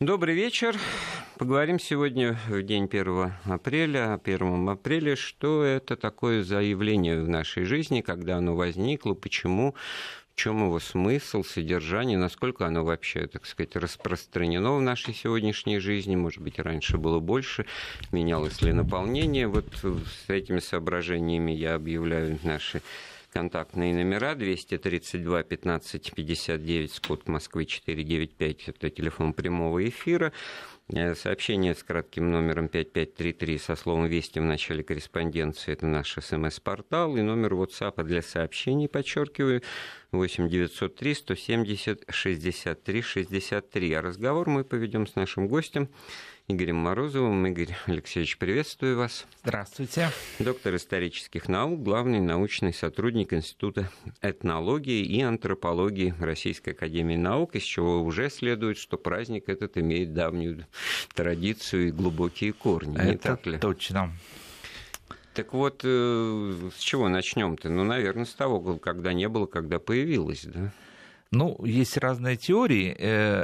Добрый вечер. Поговорим сегодня в день 1 апреля, о 1 апреле, что это такое за явление в нашей жизни, когда оно возникло, почему, в чем его смысл, содержание, насколько оно вообще, так сказать, распространено в нашей сегодняшней жизни, может быть, раньше было больше, менялось ли наполнение. Вот с этими соображениями я объявляю наши контактные номера 232 15 59, код Москвы 495, это телефон прямого эфира. Сообщение с кратким номером 5533 со словом «Вести» в начале корреспонденции, это наш СМС-портал, и номер WhatsApp для сообщений, подчеркиваю, 8 903 170 63 63. А разговор мы поведем с нашим гостем Игорем Морозовым. Игорь Алексеевич, приветствую вас. Здравствуйте. Доктор исторических наук, главный научный сотрудник Института этнологии и антропологии Российской академии наук, из чего уже следует, что праздник этот имеет давнюю традицию и глубокие корни. Это не так ли? Точно. Так вот, с чего начнем-то? Ну, наверное, с того, когда не было, когда появилось, да? Ну, есть разные теории.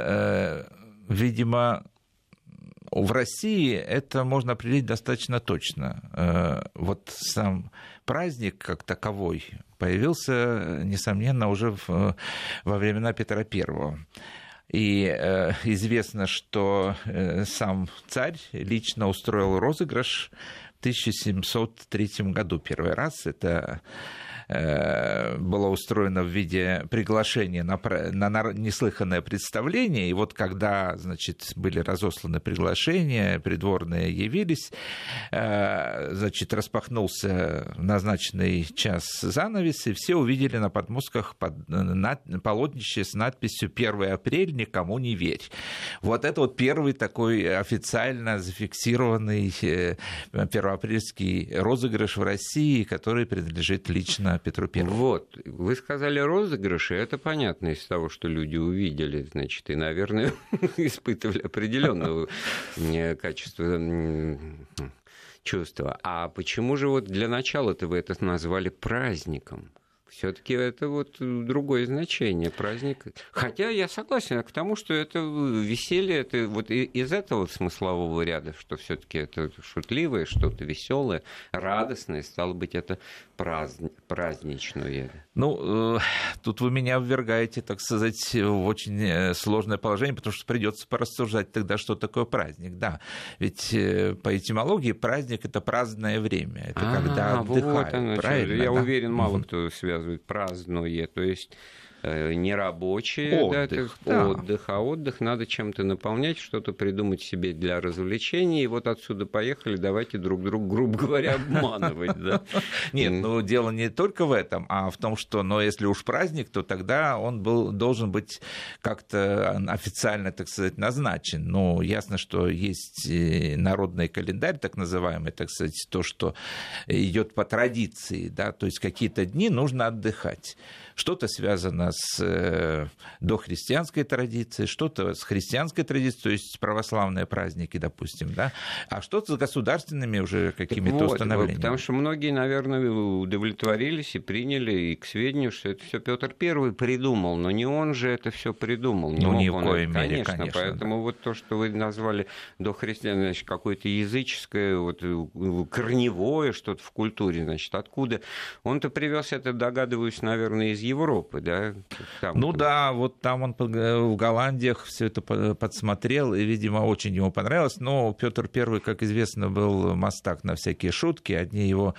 Видимо, в России это можно определить достаточно точно. Вот сам праздник как таковой появился, несомненно, уже во времена Петра I. И известно, что сам царь лично устроил розыгрыш в 1703 году первый раз. Это было устроено в виде приглашения на неслыханное представление. И вот когда, значит, были разосланы приглашения, придворные явились, значит, распахнулся в назначенный час занавес, и все увидели на подмостках полотнище с надписью «1 апрель, никому не верь». Вот это вот первый такой официально зафиксированный первоапрельский розыгрыш в России, который принадлежит лично Петру Первому. Вот, вы сказали розыгрыши, это понятно из того, что люди увидели, значит, и, наверное, испытывали определенного качества чувства. А почему же вот для начала-то вы это назвали праздником? Все-таки это вот другое значение, праздник. Хотя я согласен к тому, что это веселье, это вот из этого смыслового ряда, что все-таки это шутливое, что-то веселое, радостное, стало быть, это праздничное. Ну, тут вы меня ввергаете, так сказать, в очень сложное положение, потому что придется порассуждать тогда, что такое праздник. Да, ведь по этимологии праздник — это праздное время, это когда отдыхают. Вот правильно? Я да? уверен, мало кто связывает праздное, то есть не рабочие, отдых, отдых, а отдых надо чем-то наполнять, что-то придумать себе для развлечений, и вот отсюда поехали, давайте друг друга, грубо говоря, обманывать. Нет, ну дело не только в этом, а в том, что, если уж праздник, то тогда он должен быть как-то официально, так сказать, назначен. Ну, ясно, что есть народный календарь, так называемый, так сказать, то, что идет по традиции, да, то есть какие-то дни нужно отдыхать. Что-то связано с дохристианской традицией, что-то с христианской традицией, то есть православные праздники, допустим, да, а что-то с государственными уже какими-то установлениями. Потому что многие, наверное, удовлетворились и приняли и к сведению, что это все Петр I придумал, но не он же это все придумал. Ни в коей мере, конечно. Поэтому да. вот то, что вы назвали дохристианское, значит, какое-то языческое, вот, корневое что-то в культуре, значит, откуда? Он-то привез это, догадываюсь, наверное, из Европы, да? Да, вот там он в Голландиях все это подсмотрел, и, видимо, очень ему понравилось. Но Петр I, как известно, был мастак на всякие шутки. Одни его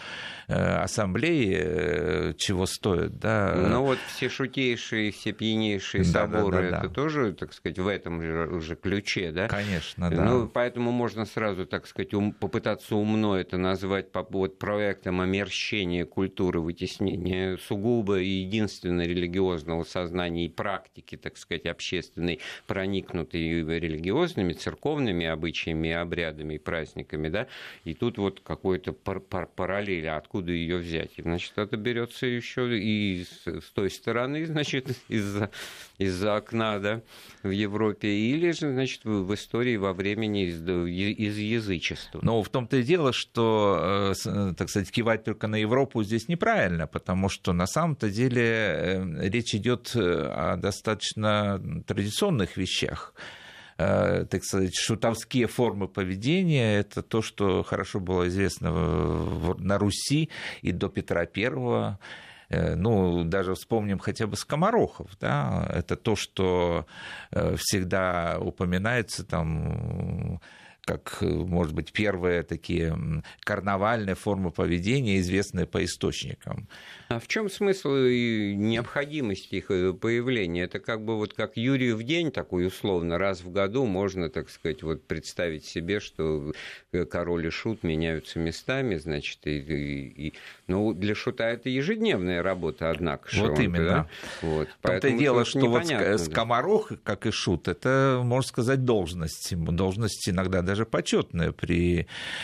ассамблеи чего стоят, да? Ну вот все шутейшие, все пьянейшие соборы, это тоже, так сказать, в этом же ключе, да? Конечно, да. Ну, поэтому можно сразу, так сказать, попытаться умно это назвать вот проектом омерщения культуры, вытеснения сугубо и единственного религиозного сознания и практики, так сказать, общественной, проникнутой религиозными, церковными обычаями, обрядами и праздниками, да, и тут вот какой-то параллель, откуда ее взять? Значит, это берется еще и с той стороны, значит, из-за окна, да, в Европе, или же, значит, в истории во времени из язычества. Но в том-то и дело, что, так сказать, кивать только на Европу здесь неправильно, потому что на самом-то деле речь идет о достаточно традиционных вещах. так сказать, шутовские формы поведения. Это то, что хорошо было известно на Руси и до Петра I. Ну, даже вспомним хотя бы скоморохов, да, это то, что всегда упоминается там, как, может быть, первые такие карнавальные формы поведения, известные по источникам. А в чем смысл и необходимость их появления? Это как бы вот как Юрьев день такой условно, раз в году можно, так сказать, вот представить себе, что король и шут меняются местами, значит, ну, для шута это ежедневная работа, однако. Вот именно. Да? Вот. Том-то и дело, что вот скоморох, как и шут, это, можно сказать, должность. Должность иногда даже почетная при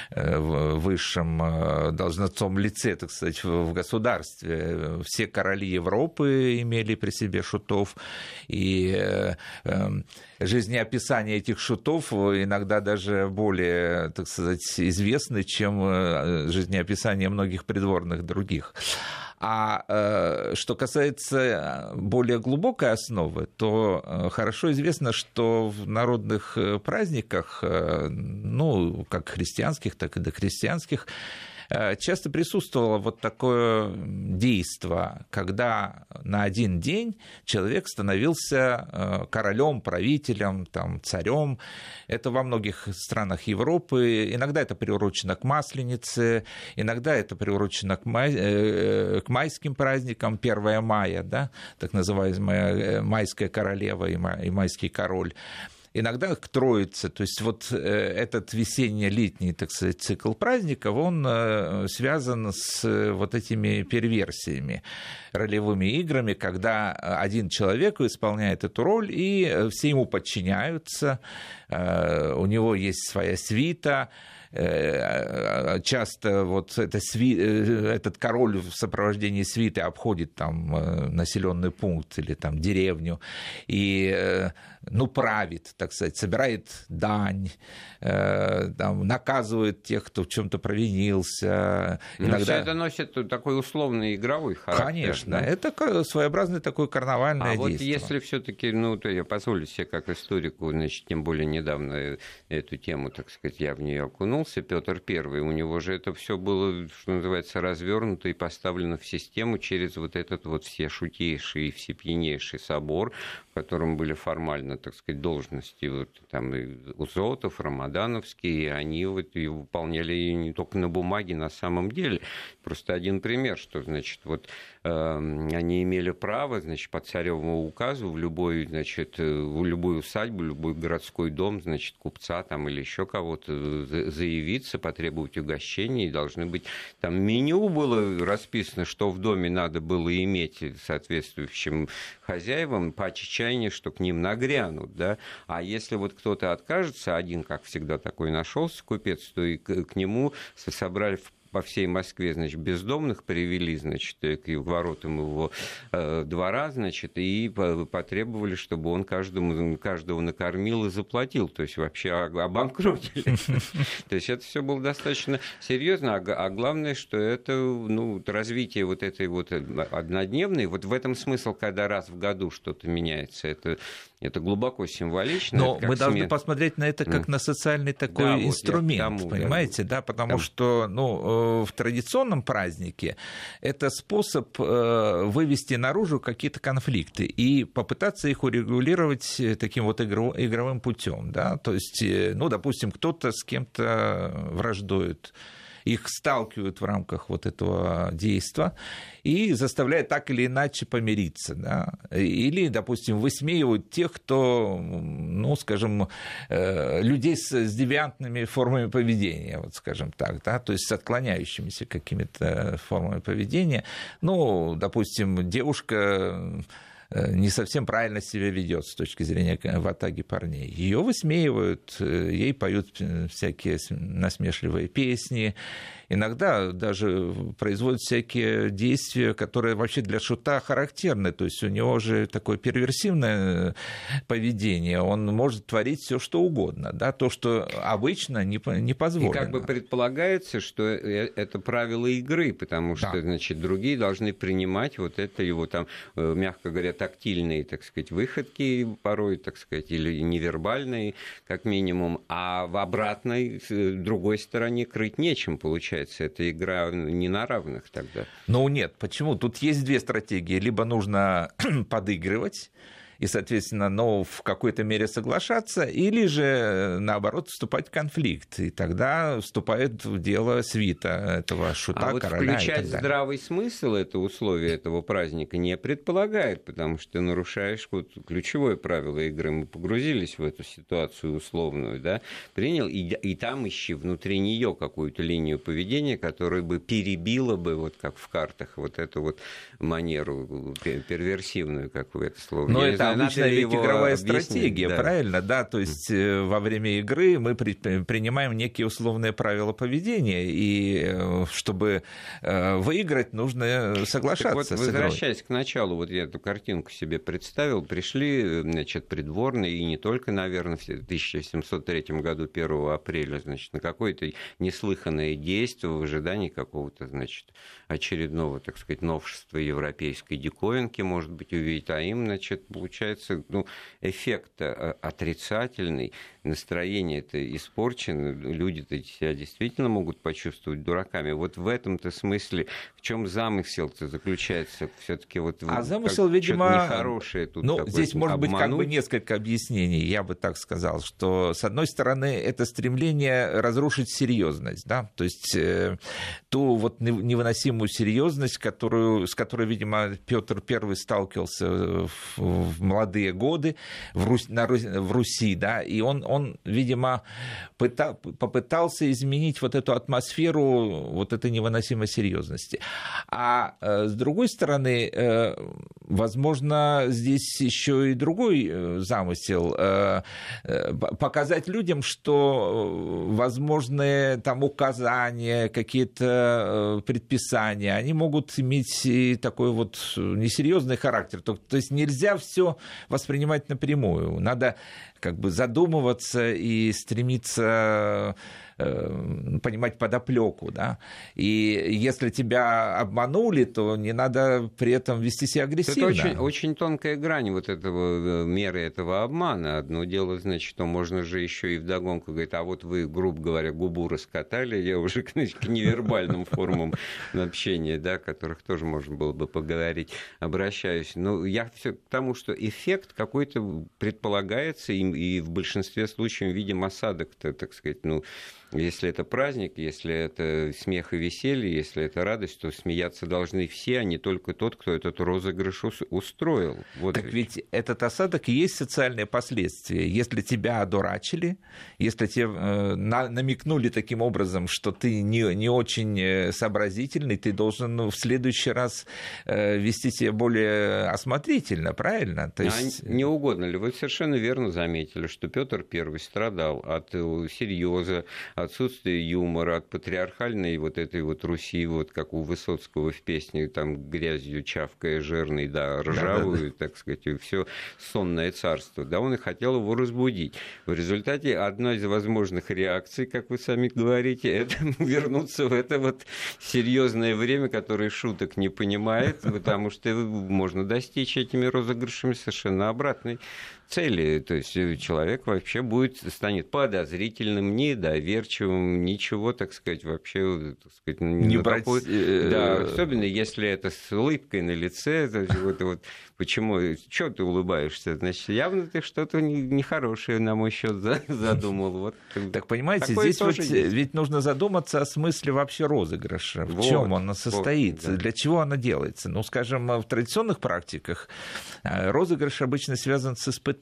высшем должностном лице, так сказать, в государстве. Все короли Европы имели при себе шутов, и жизнеописание этих шутов иногда даже более, так сказать, известны, чем жизнеописание многих придворных других. А что касается более глубокой основы, то хорошо известно, что в народных праздниках, ну, как христианских, так и дохристианских, часто присутствовало вот такое действо, когда на один день человек становился королем, правителем, там, царем. Это во многих странах Европы. Иногда это приурочено к Масленице, иногда это приурочено к майским праздникам, 1 мая, да, так называемая майская королева и майский король. Иногда к Троице, то есть вот этот весенне-летний, так сказать, цикл праздников, он связан с вот этими перверсиями, ролевыми играми, когда один человек исполняет эту роль, и все ему подчиняются, у него есть своя свита. Часто вот этот король в сопровождении свиты обходит там населенный пункт или там деревню и, ну, правит, так сказать, собирает дань, там, наказывает тех, кто в чем-то провинился. Иногда... Все это носит такой условный игровой характер. Конечно, да? Это своеобразное такое карнавальное действие. Вот если все-таки, ну, то я позволю себе как историку, значит, тем более недавно эту тему, так сказать, я в нее окунулся, Петр I, у него же это все было, что называется, развернуто и поставлено в систему через вот этот вот всешутейший и всепьянейший собор, в котором были формально, так сказать, должности вот, там, и Узотов, Рамадановский, и они вот и выполняли ее не только на бумаге, на самом деле. Просто один пример, что, значит, вот они имели право, значит, по царевому указу в любой, значит, в любую усадьбу, любой городской дом, значит, купца там или еще кого-то заявиться, потребовать угощения, и должны быть там меню было расписано, что в доме надо было иметь соответствующим хозяевам по чаяния, что к ним нагрянут, да, а если вот кто-то откажется, один, как всегда, такой нашелся купец, то и к нему собрали по всей Москве, значит, бездомных привели, значит, к воротам его двора, значит, и потребовали, чтобы он каждого накормил и заплатил, то есть вообще обанкротили. То есть это все было достаточно серьезно, а главное, что это, ну, развитие вот этой вот однодневной, вот в этом смысл, когда раз в году что-то меняется, это глубоко символично. Но мы должны посмотреть на это как на социальный такой инструмент, вот понимаете, да, потому что, ну, в традиционном празднике это способ вывести наружу какие-то конфликты и попытаться их урегулировать таким вот игровым путем, да, то есть, ну, допустим, кто-то с кем-то враждует, их сталкивают в рамках вот этого действия и заставляют так или иначе помириться. Да? Или, допустим, высмеивают тех, кто, ну, скажем, людей с девиантными формами поведения, вот скажем так, да? То есть с отклоняющимися какими-то формами поведения. Ну, допустим, девушка не совсем правильно себя ведет с точки зрения ватаги парней. Ее высмеивают, ей поют всякие насмешливые песни, иногда даже производят всякие действия, которые вообще для шута характерны. То есть у него же такое перверсивное поведение, он может творить все что угодно, да? То, что обычно не позволено. И как бы предполагается, что это правила игры, потому что, да, значит, другие должны принимать вот это его там, мягко говоря, тактильные, так сказать, выходки порой, так сказать, или невербальные, как минимум, а в обратной, другой стороне крыть нечем, получается. Это игра не на равных тогда. Ну нет, почему? Тут есть две стратегии. Либо нужно подыгрывать, и, соответственно, в какой-то мере соглашаться, или же, наоборот, вступать в конфликт. И тогда вступает в дело свита этого шута, вот короля и так включать далее. Здравый смысл это условие этого праздника не предполагает, потому что ты нарушаешь ключевое правило игры. Мы погрузились в эту ситуацию условную, да, принял, и там ищи внутри нее какую-то линию поведения, которая бы перебила бы, вот как в картах, вот эту вот манеру перверсивную, как вы это слово. Но это обычно ведь игровая стратегия, да. Правильно? Да, то есть во время игры мы принимаем некие условные правила поведения, и чтобы выиграть, нужно соглашаться так вот, с игрой. Возвращаясь к началу, вот я эту картинку себе представил, пришли, значит, придворные, и не только, наверное, в 1703 году, 1 апреля, значит, на какое-то неслыханное действие в ожидании какого-то, значит, очередного, так сказать, новшества европейской диковинки, может быть, увидеть, а им, значит, получается, эффект отрицательный, настроение-то испорчено, люди-то себя действительно могут почувствовать дураками. Вот в этом-то смысле, в чем замысел-то заключается все-таки вот замысел, видимо, нехорошее тут. Здесь может быть как бы несколько объяснений, я бы так сказал, что с одной стороны это стремление разрушить серьезность, да, то есть ту вот невыносимую серьезность, с которой, видимо, Петр I сталкивался в молодые годы в Руси, да, и он, видимо, попытался изменить вот эту атмосферу вот этой невыносимой серьезности. А с другой стороны, возможно, здесь еще и другой замысел – показать людям, что возможные там указания, какие-то предписания, они могут иметь и такой вот несерьезный характер. То есть нельзя все воспринимать напрямую. Надо как бы задумываться и стремиться понимать подоплеку, да, и если тебя обманули, то не надо при этом вести себя агрессивно. Это очень, очень тонкая грань вот этого меры этого обмана. Одно дело, значит, что можно же еще и вдогонку говорить, а вот вы, грубо говоря, губу раскатали, я уже к невербальным формам общения, да, о которых тоже можно было бы поговорить, обращаюсь. Но я все к тому, что эффект какой-то предполагается, и в большинстве случаев видим осадок-то, так сказать, если это праздник, если это смех и веселье, если это радость, то смеяться должны все, а не только тот, кто этот розыгрыш устроил. Вот так ведь этот осадок и есть социальные последствия. Если тебя одурачили, если тебе намекнули таким образом, что ты не очень сообразительный, ты должен в следующий раз вести себя более осмотрительно, правильно? То есть... не угодно ли? Вы совершенно верно заметили, что Петр I страдал от серьеза, отсутствие юмора, от патриархальной вот этой вот Руси, вот как у Высоцкого в песне, там грязью чавкая жирный, да, ржавую, так сказать, и все сонное царство. Да, он и хотел его разбудить. В результате одна из возможных реакций, как вы сами говорите, это вернуться в это вот серьезное время, которое шуток не понимает, потому что можно достичь этими розыгрышами совершенно обратной цели. То есть человек вообще станет подозрительным, недоверчивым, ничего, так сказать, вообще, так сказать, не брать... Да, особенно если это с улыбкой на лице. Вот, почему? Чего ты улыбаешься? Значит, явно ты что-то нехорошее, на мой счет, задумал. Вот. Так понимаете, здесь ведь нужно задуматься о смысле вообще розыгрыша. В чем он состоит, да. Для чего она делается? Ну, скажем, в традиционных практиках розыгрыш обычно связан с испытанием.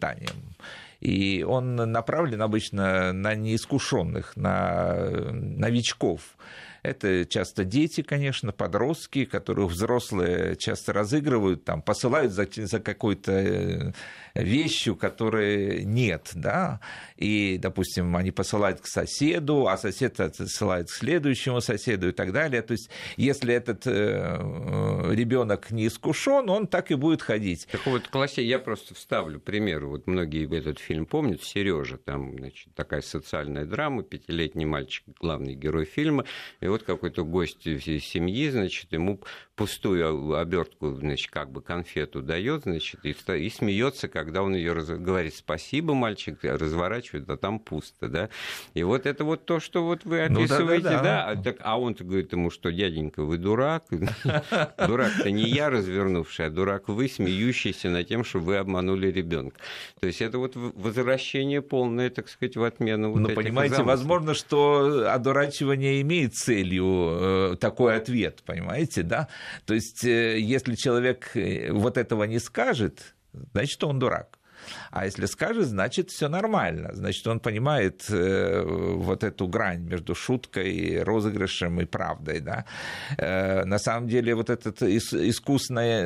И он направлен обычно на неискушенных, на новичков. Это часто дети, конечно, подростки, которых взрослые часто разыгрывают, там, посылают за какой-то вещью, которой нет, да, и, допустим, они посылают к соседу, а сосед отсылает к следующему соседу и так далее. То есть, если этот ребенок не искушен, он так и будет ходить. Так вот, я просто вставлю пример. Вот многие этот фильм помнят, «Сережа», там, значит, такая социальная драма, 5-летний мальчик, главный герой фильма, и вот какой-то гость семьи, значит, ему пустую обертку, значит, как бы конфету дает, значит, и смеется, когда он ее говорит: спасибо, мальчик, разворачивает, а там пусто, да. И вот это вот то, что вот вы описываете, да. А он-то говорит ему, что: дяденька, вы дурак. Дурак-то не я развернувший, а дурак вы, смеющийся над тем, что вы обманули ребенка. То есть это вот возвращение полное, так сказать, в отмену вот этих понимаете, замыслов. Возможно, что одурачивание имеет целью такой ответ, понимаете, да? То есть если человек вот этого не скажет, значит, он дурак. А если скажет, значит, все нормально. Значит, он понимает вот эту грань между шуткой, розыгрышем и правдой. Да? На самом деле, вот этот искусная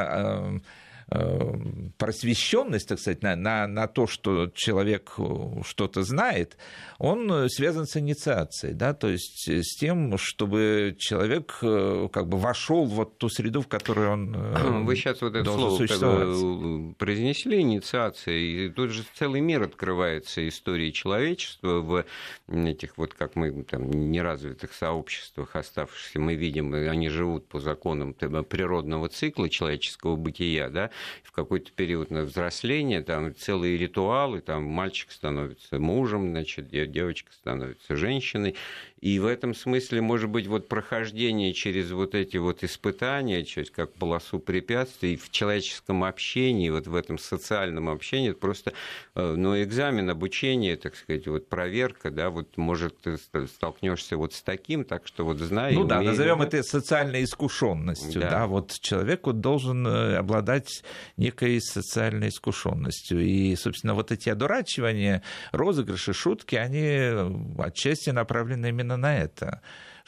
просвещенность, так сказать, на то, что человек что-то знает, он связан с инициацией, да, то есть с тем, чтобы человек как бы вошел в вот ту среду, в которой он Вы сейчас вот это слово произнесли, инициация, и тут же целый мир открывается истории человечества в этих вот, как мы там, неразвитых сообществах оставшихся, мы видим, они живут по законам природного цикла человеческого бытия, да. В какой-то период на взросление, там целые ритуалы, там мальчик становится мужем, значит, девочка становится женщиной. И в этом смысле, может быть, вот прохождение через вот эти вот испытания, через как полосу препятствий в человеческом общении, вот в этом социальном общении, это просто экзамен, обучение, так сказать, вот проверка, да, вот может ты столкнешься вот с таким, так что вот знай. Назовем это социальной искушенностью, да, вот человек вот должен обладать некой социальной искушенностью. И, собственно, вот эти одурачивания, розыгрыши, шутки, они отчасти направлены именно на это,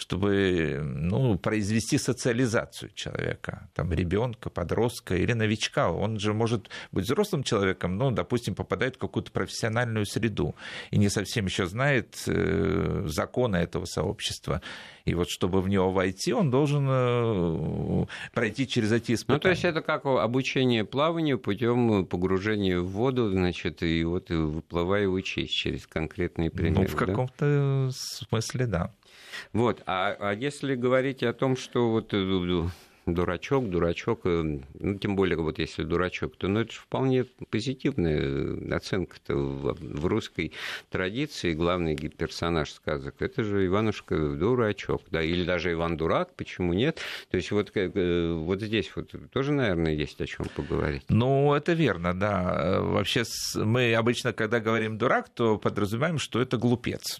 чтобы произвести социализацию человека, там, ребенка, подростка или новичка. Он же может быть взрослым человеком, но, допустим, попадает в какую-то профессиональную среду и не совсем еще знает законы этого сообщества. И вот чтобы в него войти, он должен пройти через эти испытания. То есть это как обучение плаванию путем погружения в воду, значит, и вот выплывая учись через конкретные примеры. В каком-то смысле, да. Вот, а если говорить о том, что вот дурачок, тем более вот если дурачок, то это же вполне позитивная оценка-то в русской традиции. Главный персонаж сказок — это же Иванушка Дурачок, да, или даже Иван Дурак, почему нет? То есть вот здесь вот тоже, наверное, есть о чем поговорить. Это верно, да. Вообще мы обычно, когда говорим дурак, то подразумеваем, что это глупец.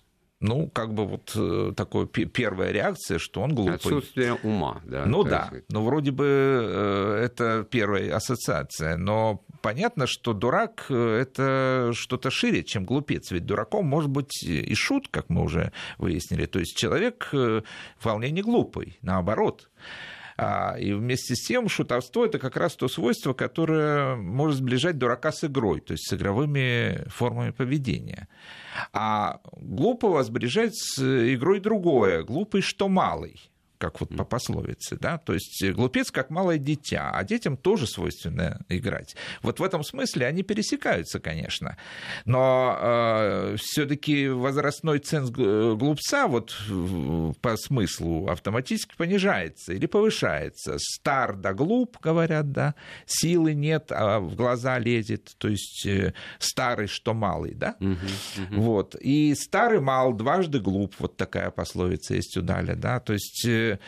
Такая первая реакция, что он глупый. Отсутствие ума, да. Вроде бы это первая ассоциация, но понятно, что дурак — это что-то шире, чем глупец, ведь дураком может быть и шут, как мы уже выяснили, то есть человек вполне не глупый, наоборот. И вместе с тем шутовство — это как раз то свойство, которое может сближать дурака с игрой, то есть с игровыми формами поведения. А глупого сближает с игрой другое: глупый, что малый, как вот по пословице, да, то есть глупец как малое дитя, а детям тоже свойственно играть. Вот в этом смысле они пересекаются, конечно, но все-таки возрастной ценз глупца вот по смыслу автоматически понижается или повышается. Стар да глуп, говорят, да, силы нет, а в глаза лезет, то есть старый, что малый, да, вот, и старый мал, дважды глуп, вот такая пословица есть у Даля, да, то есть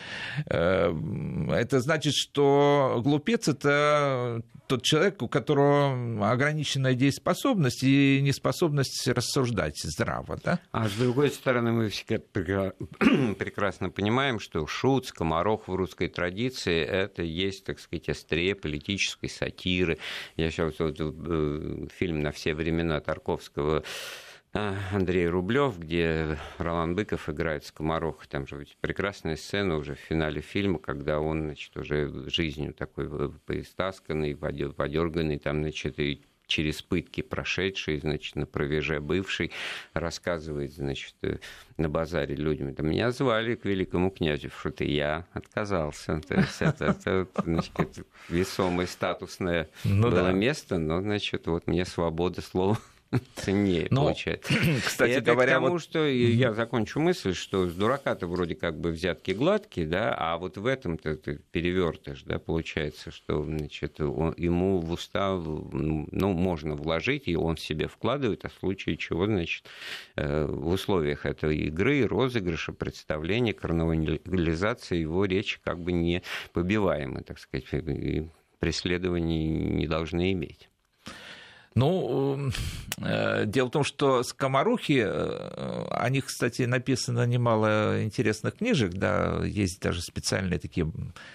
это значит, что глупец — это тот человек, у которого ограниченная дееспособность и неспособность рассуждать здраво. Да? А с другой стороны, мы все прекрасно понимаем, что шут, скоморох в русской традиции — это есть, так сказать, острие политической сатиры. Я сейчас фильм «На все времена» Тарковского, Андрей Рублев, где Ролан Быков играет скомороха. Там же прекрасная сцена уже в финале фильма, когда он, значит, уже жизнью такой поистасканный, подерганный, там, значит, и через пытки прошедший, значит, на провеже бывший, рассказывает, значит, на базаре людям: да меня звали к великому князю в шуты, я отказался. То есть это весомое, статусное было место, но, значит, вот мне свобода слова ценнее получается. Кстати это говоря, к тому, что я закончу мысль, что с дурака-то вроде как бы взятки гладкие, да, а вот в этом-то ты перевертыш, да, получается, что, значит, ему в устав, ну, можно вложить, и он себе вкладывает, а в случае чего, значит, в условиях этой игры, розыгрыша, представления, карнавализации его речь как бы не побиваемы, так сказать, и преследований не должны иметь. Ну, дело в том, что скоморохи, о них, кстати, написано немало интересных книжек, да, есть даже специальные такие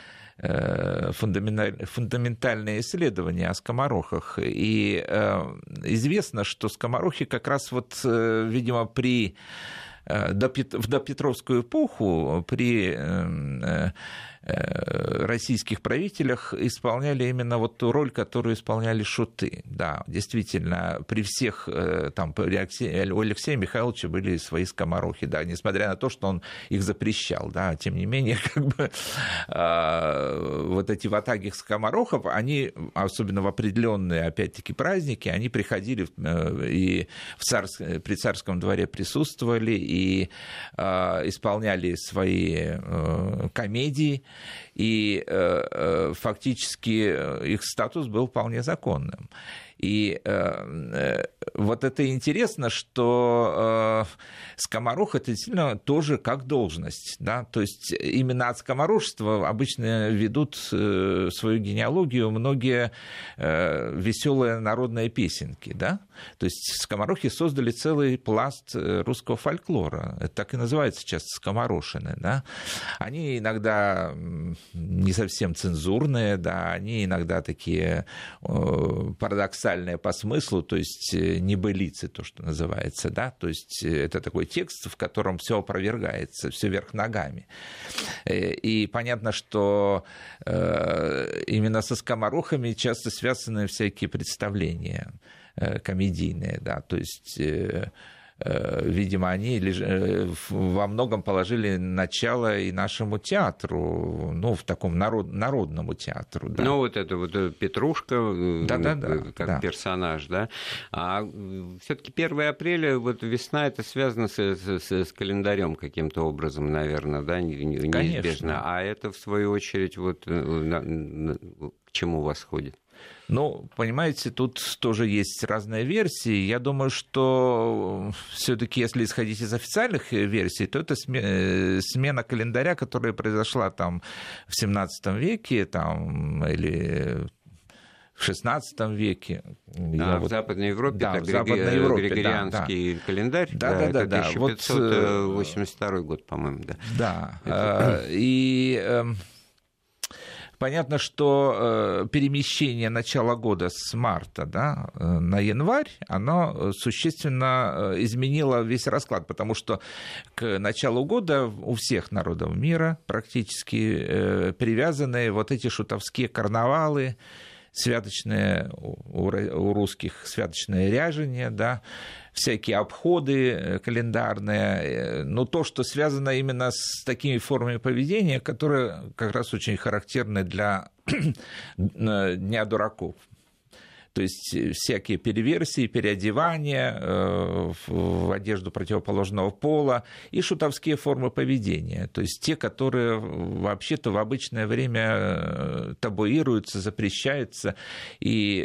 фундаментальные исследования о скоморохах. И известно, что скоморохи как раз вот, видимо, в допетровскую эпоху при российских правителях исполняли именно вот ту роль, которую исполняли шуты. Да, действительно, при всех, там, у Алексея Михайловича были свои скоморохи, да, несмотря на то, что он их запрещал, да, тем не менее, как бы вот эти ватаги скоморохов, они, особенно в определенные, опять-таки, праздники, они приходили и при царском дворе присутствовали и исполняли свои комедии, и фактически их статус был вполне законным. И вот это интересно, что скоморох – это действительно тоже как должность. Да? То есть именно от скоморожества обычно ведут свою генеалогию многие веселые народные песенки. Да? То есть скоморохи создали целый пласт русского фольклора. Это так и называется сейчас скоморошины. Да? Они иногда не совсем цензурные, да? Они иногда такие парадоксальные по смыслу, то есть небылицы, то, что называется, да, то есть это такой текст, в котором все опровергается, все вверх ногами. И понятно, что именно со скоморохами часто связаны всякие представления комедийные, да, то есть видимо, они во многом положили начало и нашему театру, ну, в таком народному театру. Да. Ну, вот это вот Петрушка, как персонаж, да. А все-таки 1 апреля, вот весна, это связано с календарем каким-то образом, наверное, да, неизбежно. Конечно. А это, в свою очередь, вот к чему восходит? Ну, понимаете, тут тоже есть разные версии. Я думаю, что все-таки, если исходить из официальных версий, то это смена календаря, которая произошла там в 17 веке там, или в 16 веке. В Западной Европе это григорианский календарь. Это 1582 год, по-моему. Да. И понятно, что перемещение начала года с марта, да, на январь, оно существенно изменило весь расклад, потому что к началу года у всех народов мира практически привязаны вот эти шутовские карнавалы, святочные, у русских святочное ряжение, да, всякие обходы календарные, но то, что связано именно с такими формами поведения, которые как раз очень характерны для Дня дураков. То есть всякие переверсии, переодевания в одежду противоположного пола и шутовские формы поведения. То есть те, которые вообще-то в обычное время табуируются, запрещаются и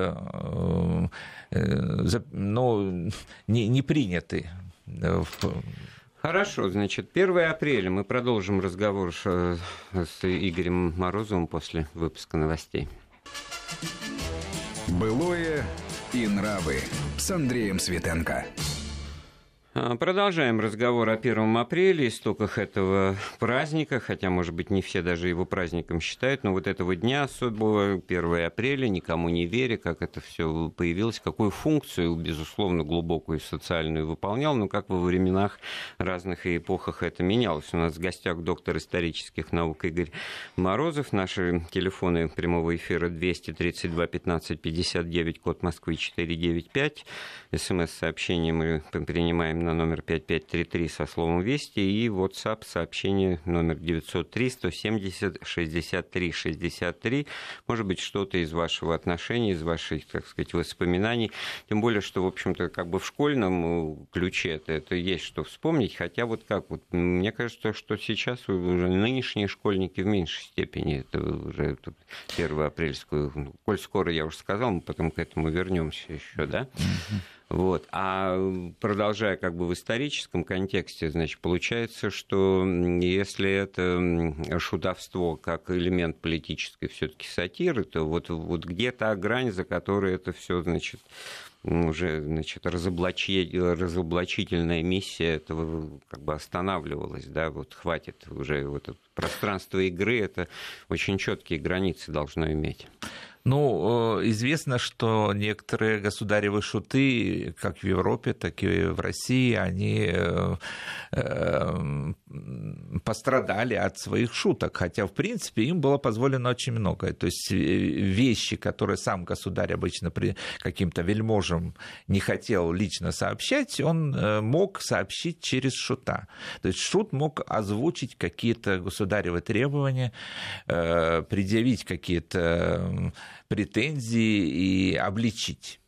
не приняты. Хорошо, значит, 1 апреля. Мы продолжим разговор с Игорем Морозовым после выпуска новостей. Былое и нравы с Андреем Светенко. Продолжаем разговор о 1 апреля, истоках этого праздника, хотя, может быть, не все даже его праздником считают, но вот этого дня особого, 1 апреля, никому не веря, как это все появилось, какую функцию, безусловно, глубокую социальную выполнял, но как во временах разных и эпохах это менялось. У нас в гостях доктор исторических наук Игорь Морозов. Наши телефоны прямого эфира 232 15 59, код Москвы 495. СМС-сообщения мы принимаем на номер 5533 со словом «Вести» и WhatsApp сообщение номер 903-170-63-63. Может быть, что-то из вашего отношения, из ваших, так сказать, воспоминаний. Тем более, что, в общем-то, как бы в школьном ключе это есть что вспомнить. Хотя вот как, вот, мне кажется, что сейчас уже нынешние школьники в меньшей степени, это уже 1 апрельскую, коль скоро я уже сказал, мы потом к этому вернемся еще, да? Вот. А продолжая как бы в историческом контексте, значит, получается, что если это шутовство как элемент политической все-таки сатиры, то вот где-то грань, за которой это все, значит, уже, значит, разоблачительная миссия этого как бы останавливалась, да, вот хватит уже вот это пространство игры, это очень четкие границы должно иметь. Ну, известно, что некоторые государевы шуты, как в Европе, так и в России, они пострадали от своих шуток, хотя, в принципе, им было позволено очень многое. То есть вещи, которые сам государь обычно при каким-то вельможам не хотел лично сообщать, он мог сообщить через шута. То есть шут мог озвучить какие-то государевы требования, предъявить какие-то претензии и обличить.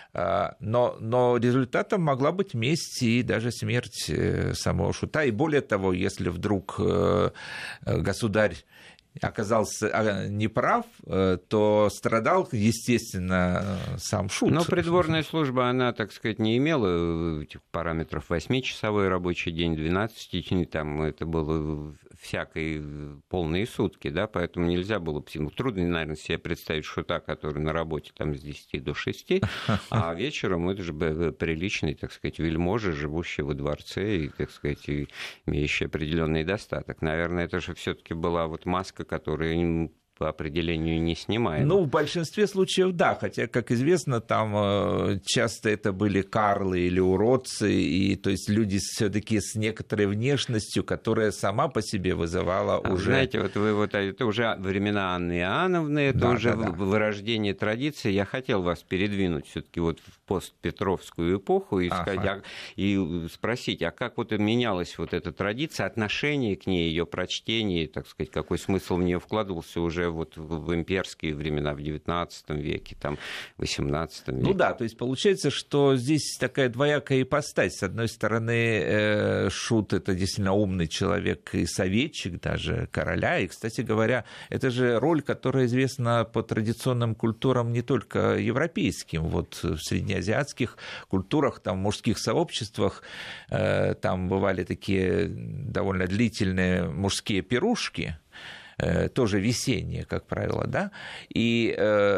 Но результатом могла быть месть и даже смерть самого шута. И более того, если вдруг государь оказался неправ, то страдал, естественно, сам шут. Но придворная служба, она, так сказать, не имела этих параметров 8-часовой рабочий день, 12, там это было всякой полные сутки, да, поэтому нельзя было... Трудно, наверное, себе представить шута, который на работе там с 10 до 6, а вечером это же приличный, так сказать, вельможа, живущий во дворце и, так сказать, имеющий определенный достаток. Наверное, это же все-таки была вот маска, которая по определению не снимаем. Ну, в большинстве случаев, да, хотя, как известно, там часто это были карлы или уродцы, и, то есть люди все-таки с некоторой внешностью, которая сама по себе вызывала уже... Знаете, вот вы вот это уже времена Анны Иоанновны, это да, уже вырождение традиции. Я хотел вас передвинуть все-таки вот в постпетровскую эпоху и спросить, а как вот менялась вот эта традиция, отношение к ней, ее прочтение, так сказать, какой смысл в нее вкладывался уже вот в имперские времена, в XIX веке, там, в XVIII веке. Ну да, то есть получается, что здесь такая двоякая ипостась. С одной стороны, шут — это действительно умный человек и советчик даже короля. И, кстати говоря, это же роль, которая известна по традиционным культурам не только европейским. Вот в среднеазиатских культурах, там, в мужских сообществах, там бывали такие довольно длительные мужские пирушки, тоже весенние, как правило, да, и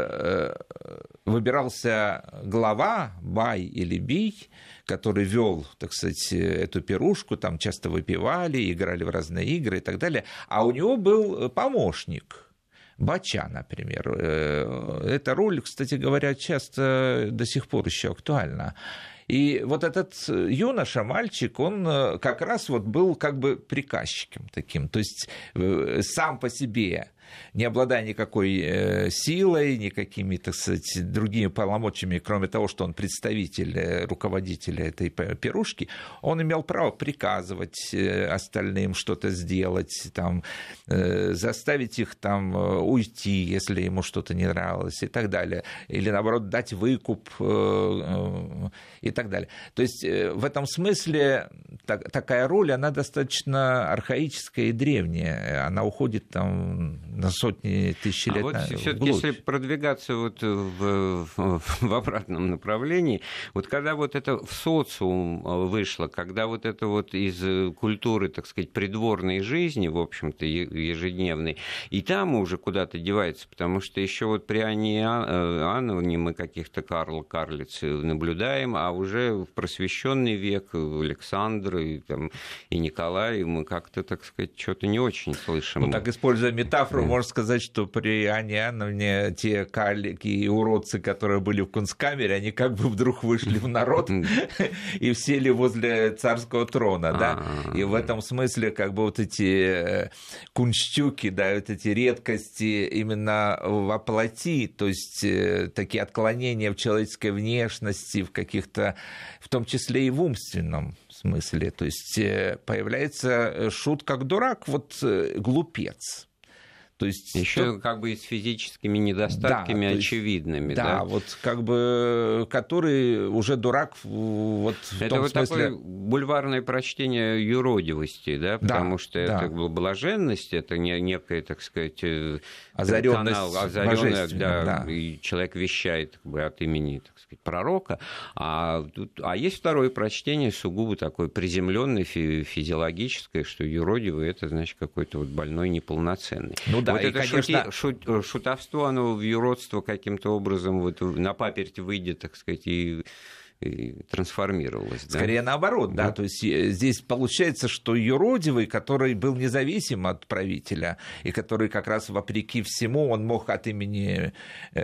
выбирался глава, бай или бий, который вел, так сказать, эту пирушку, там часто выпивали, играли в разные игры и так далее, а у него был помощник, бача, например. Эта роль, кстати говоря, часто до сих пор еще актуальна. И вот этот юноша, мальчик, он как раз вот был как бы приказчиком таким, то есть сам по себе, не обладая никакой силой, никакими, так сказать, другими полномочиями, кроме того, что он представитель руководителя этой пирушки, он имел право приказывать остальным что-то сделать, там, заставить их там уйти, если ему что-то не нравилось и так далее, или, наоборот, дать выкуп и так далее. То есть в этом смысле такая роль, она достаточно архаическая и древняя, она уходит там на сотни тысяч лет. Вот все-таки, если продвигаться вот в обратном направлении, вот когда вот это в социум вышло, когда вот это вот из культуры, так сказать, придворной жизни, в общем-то, ежедневной, и там уже куда-то девается, потому что еще вот при Анне Иоанновне мы каких-то карлиц наблюдаем, а уже в просвещенный век Александр и Николай мы как-то, так сказать, что-то не очень слышим. Ну, так, используя метафору, можно сказать, что при Анне Иоанновне те карлики и уродцы, которые были в кунсткамере, они как бы вдруг вышли в народ и сели возле царского трона, да, и в этом смысле как бы вот эти кунштюки, да, вот эти редкости именно воплоти, то есть такие отклонения в человеческой внешности, в каких-то, в том числе и в умственном смысле. То есть появляется шут как дурак, вот глупец. То есть, еще как бы и с физическими недостатками, да, очевидными. Да, да, вот как бы, который уже дурак вот в это том вот смысле... такое бульварное прочтение юродивости, да, потому что это блаженность, это некая, так сказать, озаренность, да, и человек вещает как бы от имени, так сказать, пророка, а есть второе прочтение, сугубо такое приземленное, физиологическое, что юродивый — это, значит, какой-то вот больной, неполноценный. Ну да, вот и, это конечно... шутовство, оно в юродство каким-то образом вот на паперть выйдет, так сказать, и трансформировалось. Скорее наоборот, да. То есть здесь получается, что юродивый, который был независим от правителя, и который как раз вопреки всему, он мог от имени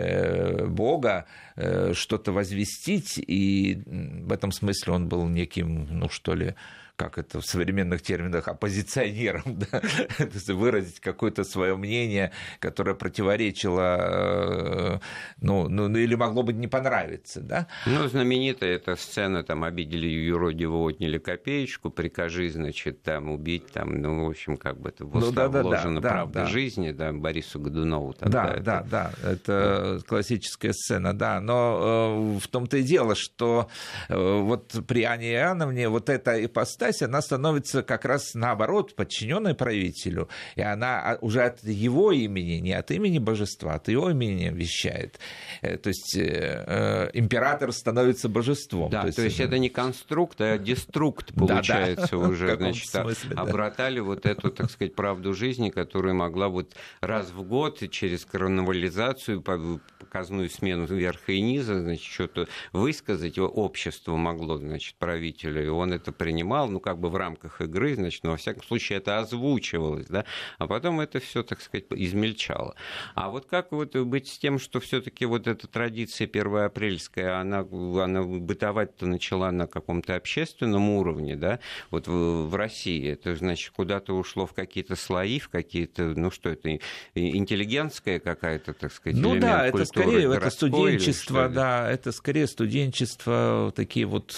Бога что-то возвестить, и в этом смысле он был неким, ну что ли, как это в современных терминах, оппозиционером, да? Выразить какое-то свое мнение, которое противоречило, или могло бы не понравиться. Да? Ну, знаменитая эта сцена, там, обидели юродивого, отняли копеечку, прикажи, значит, там, убить, там, в общем, как бы это вложена правда жизни, да, Борису Годунову. Да, это классическая сцена, да, но в том-то и дело, что вот при Анне Иоанновне вот эта ипостась, она становится как раз наоборот подчиненной правителю, и она уже от его имени, не от имени божества, от его имени вещает. То есть император становится божеством. Да, то есть это не конструкт, а деструкт получается уже. Значит, обратали вот эту, так сказать, правду жизни, которая могла вот раз в год через карнавализацию, показную смену верха и низа, значит, что-то высказать, общество могло, значит, правителю, и он это принимал, как бы в рамках игры, значит, но во всяком случае это озвучивалось, да, а потом это все, так сказать, измельчало. А вот как вот быть с тем, что все-таки вот эта традиция первоапрельская, она бытовать-то начала на каком-то общественном уровне, да, вот в России, это, значит, куда-то ушло в какие-то слои, в какие-то, ну что это, интеллигентская какая-то, так сказать, ну элемент да, культуры, это скорее это студенчество, да, это скорее студенчество, такие вот...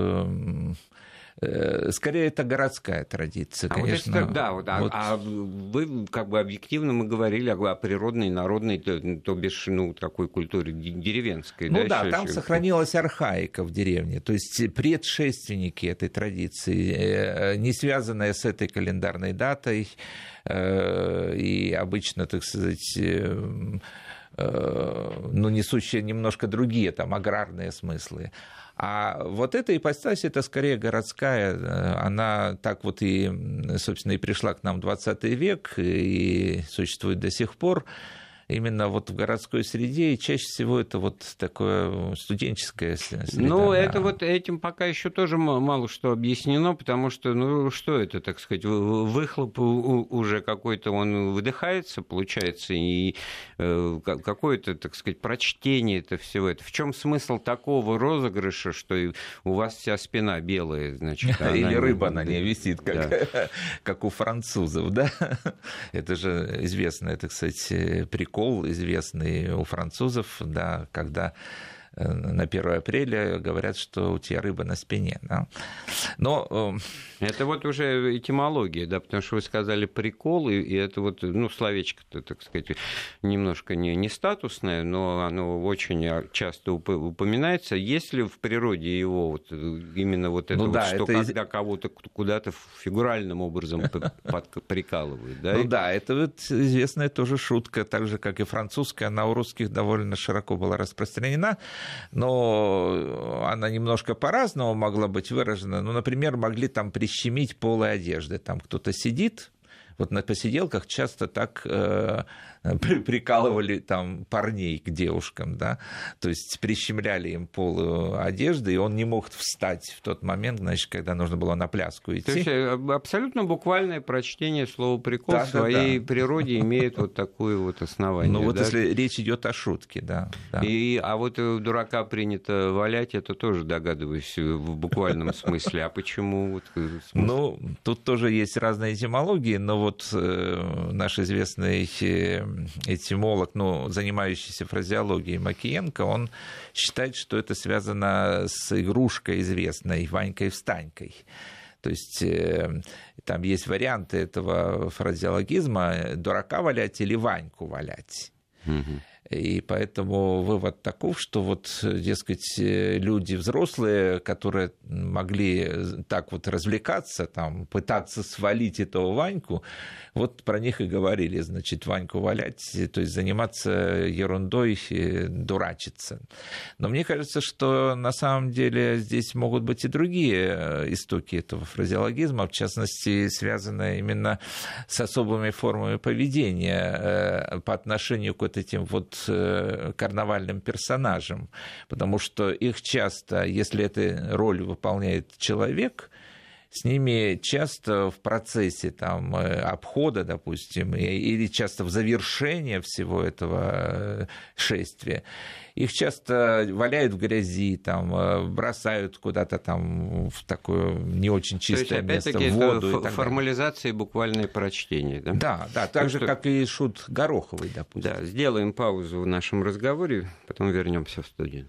Скорее, это городская традиция, конечно. А вы, как бы, объективно мы говорили о природной, народной, то бишь, такой культуре деревенской. Ну да, там сохранилась архаика в деревне, то есть предшественники этой традиции, не связанные с этой календарной датой, и обычно, так сказать... несущие немножко другие там аграрные смыслы. А вот эта ипостась, это скорее городская, она так вот и, собственно, и пришла к нам в 20 век и существует до сих пор. Именно вот в городской среде, и чаще всего это вот такое студенческое среда. Ну, это вот этим пока еще тоже мало что объяснено, потому что, что это, так сказать, выхлоп уже какой-то, он выдыхается, получается, и какое-то, так сказать, прочтение это всего. Это в чем смысл такого розыгрыша, что у вас вся спина белая, значит? Или рыба на ней висит, как у французов, да? Это же известный, так сказать, прикол, известный у французов, да, когда на 1 апреля говорят, что у тебя рыба на спине. Да? Но... Это вот уже этимология, да, потому что вы сказали прикол, и это вот, словечко-то, так сказать, немножко не статусное, но оно очень часто упоминается. Есть ли в природе его вот, именно вот это, что когда кого-то куда-то фигуральным образом прикалывают, да? Ну да, это вот известная тоже шутка, так же, как и французская, она у русских довольно широко была распространена, но она немножко по-разному могла быть выражена. Например, могли там прищемить полы одежды. Там кто-то сидит, вот на посиделках часто так прикалывали там парней к девушкам, да, то есть прищемляли им полы одежды, и он не мог встать в тот момент, значит, когда нужно было на пляску идти. То есть абсолютно буквальное прочтение слова «прикол» в своей природе имеет вот такое вот основание. Ну вот если речь идет о шутке, да. А вот дурака принято валять, это тоже, догадываюсь, в буквальном смысле. А почему? Тут тоже есть разные этимологии, но вот наш известный этимолог, занимающийся фразеологией Макиенко, он считает, что это связано с игрушкой известной «Ванькой-встанькой». То есть там есть варианты этого фразеологизма: дурака валять или Ваньку валять. И поэтому вывод таков, что дескать, люди взрослые, которые могли так развлекаться, там, пытаться свалить этого Ваньку, про них и говорили, значит, Ваньку валять, то есть заниматься ерундой, дурачиться. Но мне кажется, что на самом деле здесь могут быть и другие истоки этого фразеологизма, в частности, связанные именно с особыми формами поведения по отношению к этим карнавальным персонажам, потому что их часто, если эту роль выполняет человек, с ними часто в процессе обхода, допустим, или часто в завершении всего этого шествия, их часто валяют в грази, бросают куда-то в такое не очень чистое место, в воду. Это формализация и буквальное прочтение. Да, так же, как и шут Гороховый, допустим. Да, сделаем паузу в нашем разговоре, потом вернемся в студию.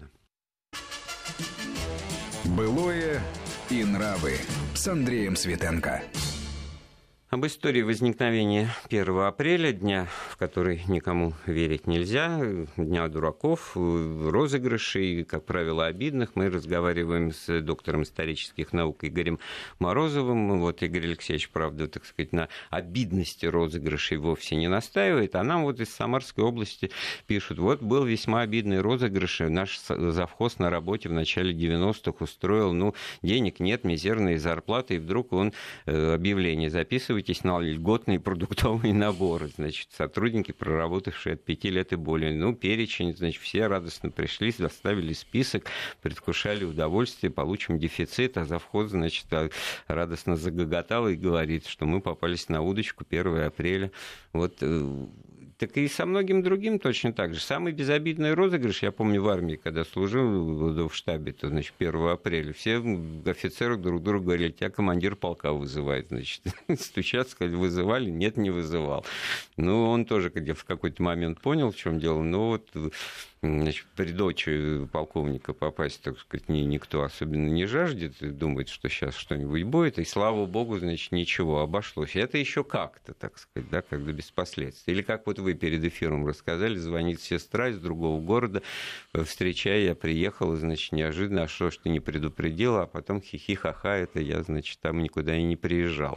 Былое и нравы с Андреем Светенко. Об истории возникновения 1 апреля, дня, в который никому верить нельзя, дня дураков, розыгрышей, как правило, обидных, мы разговариваем с доктором исторических наук Игорем Морозовым. Игорь Алексеевич, правда, так сказать, на обидности розыгрышей вовсе не настаивает, а нам из Самарской области пишут: был весьма обидный розыгрыш, наш завхоз на работе в начале 90-х устроил, денег нет, мизерные зарплаты, и вдруг он объявление записывает на льготные продуктовые наборы. Значит, сотрудники, проработавшие от 5 лет и более. Перечень, значит, все радостно пришли, составили список, предвкушали удовольствие, получим дефицит, а завхоз, значит, радостно загоготал и говорит, что мы попались на удочку 1 апреля. Так и со многим другим точно так же. Самый безобидный розыгрыш, я помню, в армии, когда служил в штабе, то, значит, 1 апреля, все офицеры друг другу говорили: тебя командир полка вызывает, значит. Стучат, сказали: вызывали? Нет, не вызывал. Он тоже в какой-то момент понял, в чем дело, значит, при дочери полковника попасть, так сказать, никто особенно не жаждет, и думает, что сейчас что-нибудь будет, и, слава богу, значит, ничего, обошлось. Это еще как-то, так сказать, да, когда без последствий. Или как вы перед эфиром рассказали, звонит сестра из другого города, встречая, я приехала, значит, неожиданно, а что ж ты не предупредила, а потом хихи-ха-ха, это я, значит, там никуда и не приезжал.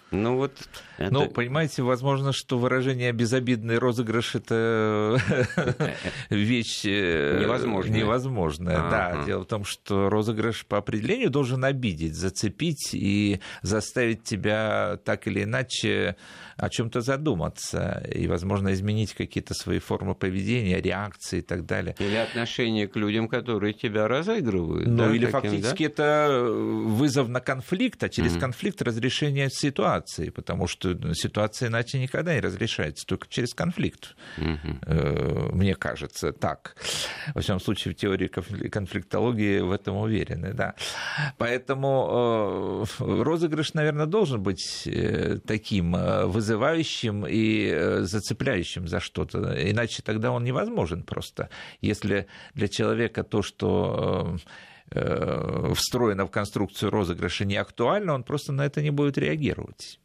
Понимаете, возможно, что выражение «безобидный розыгрыш» — это вещь невозможная. Да, дело в том, что розыгрыш по определению должен обидеть, зацепить и заставить тебя так или иначе о чем-то задуматься и, возможно, изменить какие-то свои формы поведения, реакции и так далее. Или отношение к людям, которые тебя разыгрывают. Или фактически это вызов на конфликт, а через конфликт разрешение ситуации. Потому что ситуация иначе никогда не разрешается, только через конфликт. Мне кажется, так. Во всяком случае, в теории конфликтологии в этом уверены. Да. Поэтому розыгрыш, наверное, должен быть таким вызывающим и зацепляющим за что-то. Иначе тогда он невозможен просто. Если для человека то, что встроено в конструкцию розыгрыша, не актуально, он просто на это не будет реагировать.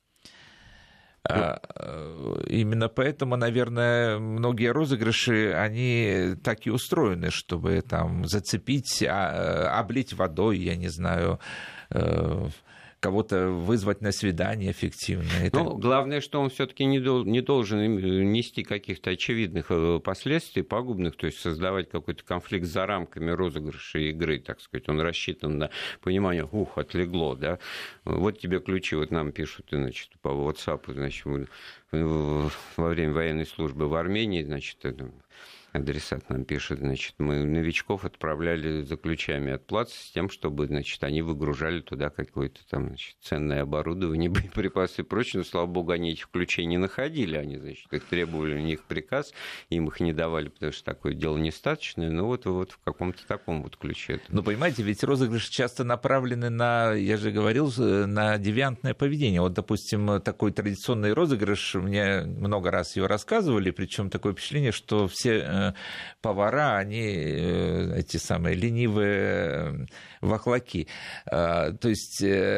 Именно поэтому, наверное, многие розыгрыши, они так и устроены, чтобы зацепить, облить водой, я не знаю, кого-то вызвать на свидание эффективное. Главное, что он все-таки не должен нести каких-то очевидных последствий, пагубных, то есть создавать какой-то конфликт за рамками розыгрыша игры, так сказать. Он рассчитан на понимание: отлегло, да. Вот тебе ключи, нам пишут, значит, по WhatsApp, значит, во время военной службы в Армении, значит, адресат нам пишет, значит, мы новичков отправляли за ключами от плаца с тем, чтобы, значит, они выгружали туда какое-то там, значит, ценное оборудование, боеприпасы и прочее. Но, слава богу, они этих ключей не находили. Они, значит, их требовали, у них приказ, им их не давали, потому что такое дело нестаточное. Но вот в каком-то таком вот ключе. Ну, понимаете, ведь розыгрыши часто направлены на, я же говорил, на девиантное поведение. Вот, допустим, такой традиционный розыгрыш, мне много раз его рассказывали, причем такое впечатление, что все повара, они эти самые ленивые вахлаки. То есть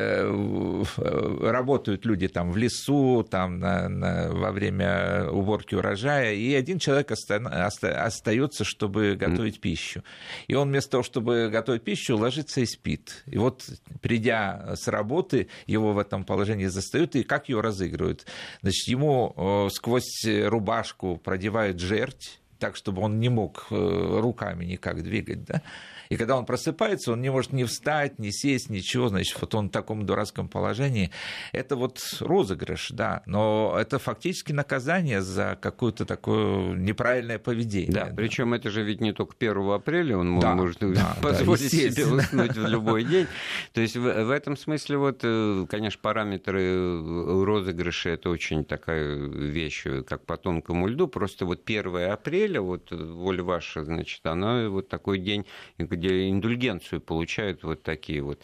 работают люди там в лесу, там во время уборки урожая, и один человек остается, чтобы готовить пищу. И он вместо того, чтобы готовить пищу, ложится и спит. И вот, придя с работы, его в этом положении застают, и как его разыгрывают? Значит, ему сквозь рубашку продевают жерть, так, чтобы он не мог руками никак двигать, да? И когда он просыпается, он не может ни встать, ни сесть, ничего, значит, вот он в таком дурацком положении. Это вот розыгрыш, да, но это фактически наказание за какое-то такое неправильное поведение. Да, да. Причем это же ведь не только 1 апреля, он может позволить себе уснуть в любой день. То есть в этом смысле, вот, конечно, параметры розыгрыша — это очень такая вещь, как по тонкому льду. Просто вот 1 апреля, вот воля ваша, значит, она вот такой день, где индульгенцию получают вот такие вот,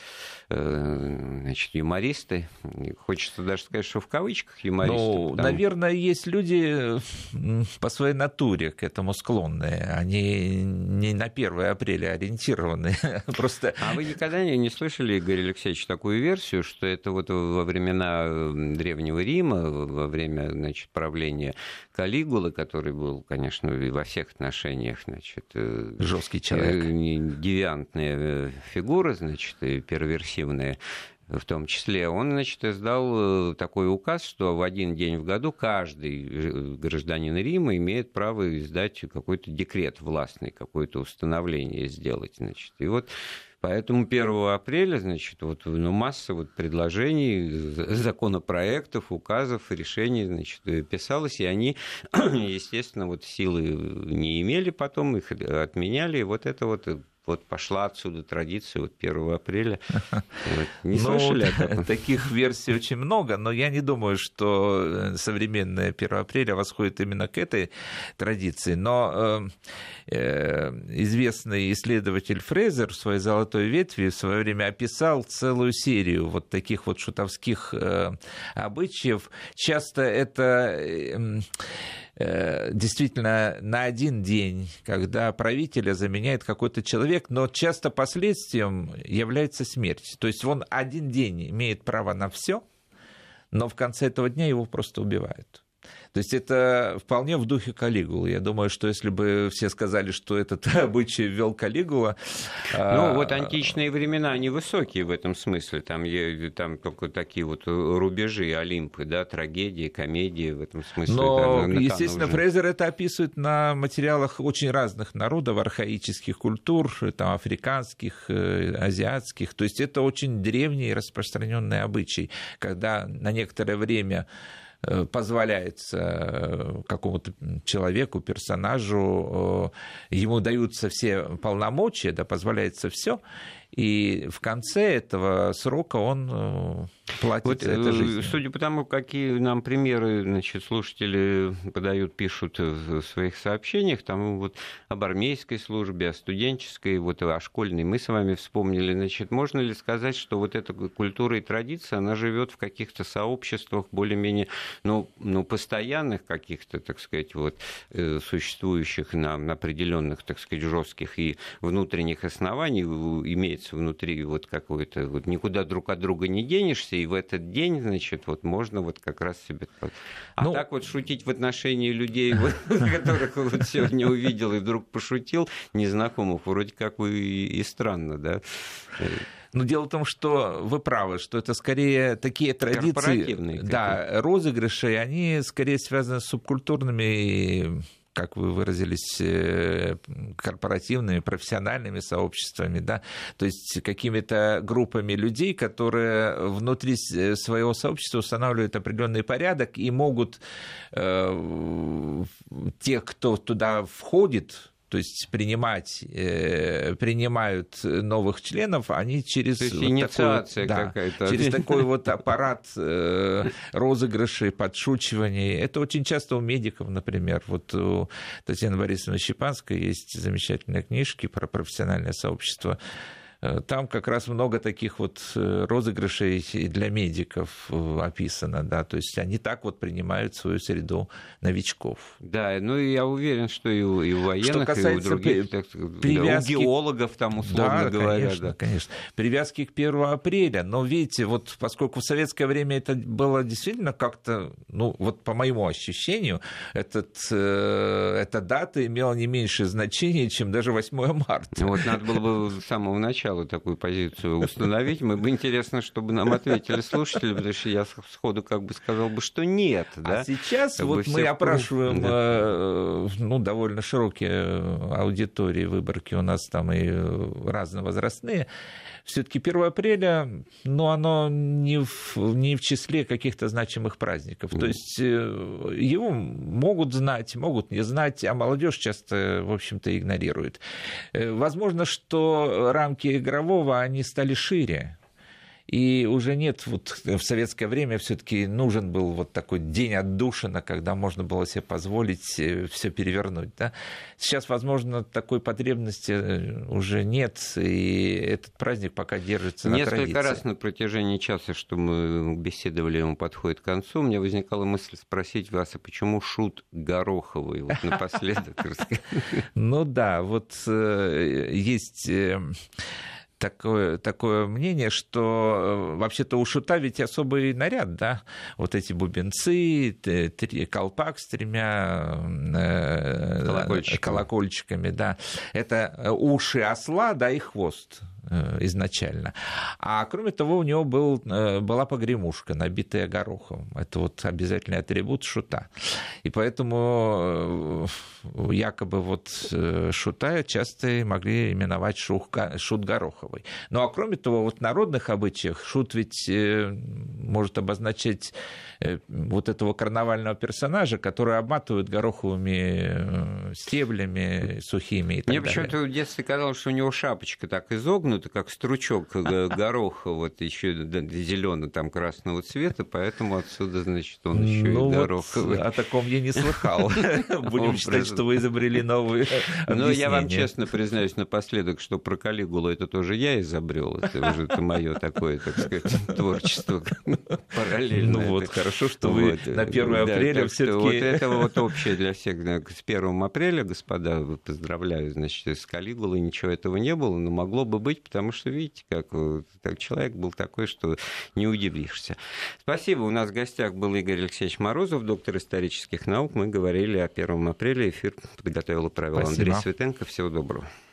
значит, юмористы. Хочется даже сказать, что в кавычках юмористы. Ну, потому... наверное, есть люди по своей натуре к этому склонные. Они не на 1 апреля ориентированы. Просто... А вы никогда не слышали, Игорь Алексеевич, такую версию, что это вот во времена Древнего Рима, во время, значит, правления Калигулы, который был, конечно, во всех отношениях, значит, жесткий человек, девиантные фигуры, значит, и перверсивные в том числе, он, значит, издал такой указ, что в один день в году каждый гражданин Рима имеет право издать какой-то декрет властный, какое-то установление сделать, значит. И вот поэтому 1 апреля, значит, вот, ну, масса вот предложений, законопроектов, указов, решений, значит, писалось, и они, естественно, вот силы не имели потом, их отменяли, и вот это вот пошла отсюда традиция вот 1 апреля. Не слышали о таком? Таких версий очень много, но я не думаю, что современное 1 апреля восходит именно к этой традиции. Но известный исследователь Фрейзер в своей «Золотой ветви» в свое время описал целую серию вот таких вот шутовских обычаев. Часто это... действительно на один день, когда правителя заменяет какой-то человек, но часто последствием является смерть. То есть он один день имеет право на все, но в конце этого дня его просто убивают. То есть это вполне в духе Калигулы. Я думаю, что если бы все сказали, что этот обычай ввел Калигула... Ну, вот античные времена, они высокие в этом смысле. Там только такие вот рубежи, Олимпы, да, трагедии, комедии в этом смысле. Но, естественно, Фрейзер это описывает на материалах очень разных народов, архаических культур, там, африканских, азиатских. То есть это очень древний распространенный обычай, когда на некоторое время позволяется какому-то человеку, персонажу, ему даются все полномочия, да, позволяется все, и в конце этого срока он платит вот, за это жизнью. Судя по тому, какие нам примеры, значит, слушатели подают, пишут в своих сообщениях, там вот об армейской службе, о студенческой, вот о школьной мы с вами вспомнили, значит, можно ли сказать, что вот эта культура и традиция, она живет в каких-то сообществах более-менее, ну, постоянных каких-то, так сказать, вот, существующих на определенных, так сказать, жестких и внутренних оснований, имеется внутри вот какое-то, вот никуда друг от друга не денешься, и в этот день, значит, вот можно вот как раз себе... А так вот шутить в отношении людей, которых вот сегодня увидел и вдруг пошутил, незнакомых, вроде как и странно, да? Но дело в том, что вы правы, что это скорее такие традиции, да, розыгрыши, они скорее связаны с субкультурными как вы выразились, корпоративными, профессиональными сообществами, да, то есть какими-то группами людей, которые внутри своего сообщества устанавливают определенный порядок и могут тех, кто туда входит, то есть принимают новых членов, они через то есть вот инициация такой, какая-то. Через такой вот аппарат розыгрышей, подшучиваний. Это очень часто у медиков, например. Вот у Татьяны Борисовны Щепанской есть замечательные книжки про профессиональное сообщество. Там как раз много таких вот розыгрышей для медиков описано, да, то есть они так вот принимают свою среду новичков. Да, ну и я уверен, что и у военных, и у других, у геологов там, условно говоря. Конечно, да, конечно. Привязки к 1 апреля, но видите, вот поскольку в советское время это было действительно как-то, ну вот по моему ощущению, эта дата имела не меньшее значение, чем даже 8 марта. Вот надо было бы с самого начала такую позицию установить. Мы бы интересно, чтобы нам ответили слушатели, потому что я сходу как бы сказал бы, что нет. Да? А сейчас как вот мы опрашиваем довольно широкие аудитории, выборки у нас там и разновозрастные. Все-таки 1 апреля, но оно не в числе каких-то значимых праздников. То есть его могут знать, могут не знать, а молодежь часто, в общем-то, игнорирует. Возможно, что рамки игрового, они стали шире. И уже нет, вот в советское время все-таки нужен был вот такой день отдушина, когда можно было себе позволить все перевернуть. Да? Сейчас, возможно, такой потребности уже нет, и этот праздник пока держится на традиции. Несколько раз на протяжении часа, что мы беседовали, он подходит к концу, у меня возникала мысль спросить вас, а почему шут Гороховый? Вот напоследок расскажите. Ну да, вот есть... Такое мнение, что вообще-то у шута ведь особый наряд, да, вот эти бубенцы, колпак с 3 колокольчиками, да, это уши осла, да, и хвост изначально. А кроме того, у него была погремушка, набитая горохом. Это вот обязательный атрибут шута. И поэтому якобы вот шута часто могли именовать шут Гороховый. Ну а кроме того, вот в народных обычаях шут ведь может обозначать вот этого карнавального персонажа, который обматывают гороховыми стеблями сухими и так далее. Мне почему-то в детстве казалось, что у него шапочка так изогнута, как стручок гороха, вот еще зеленого там красного цвета, поэтому отсюда, значит, он еще и гороховый. Вот о таком я не слыхал. Будем считать, что вы изобрели новые объяснения. Но я вам честно признаюсь напоследок, что про Калигулу это тоже я изобрел. Это уже мое такое, так сказать, творчество параллельное. Ну вот, хорошо, что вы на 1 апреля все-таки... Вот это вот общее для всех. С 1 апреля, господа, поздравляю, значит, с Калигулой ничего этого не было, но могло бы быть, потому что, видите, как человек был такой, что не удивишься. Спасибо. У нас в гостях был Игорь Алексеевич Морозов, доктор исторических наук. Мы говорили о 1 апреля. Эфир подготовил и провел Андрей Светенко. Всего доброго.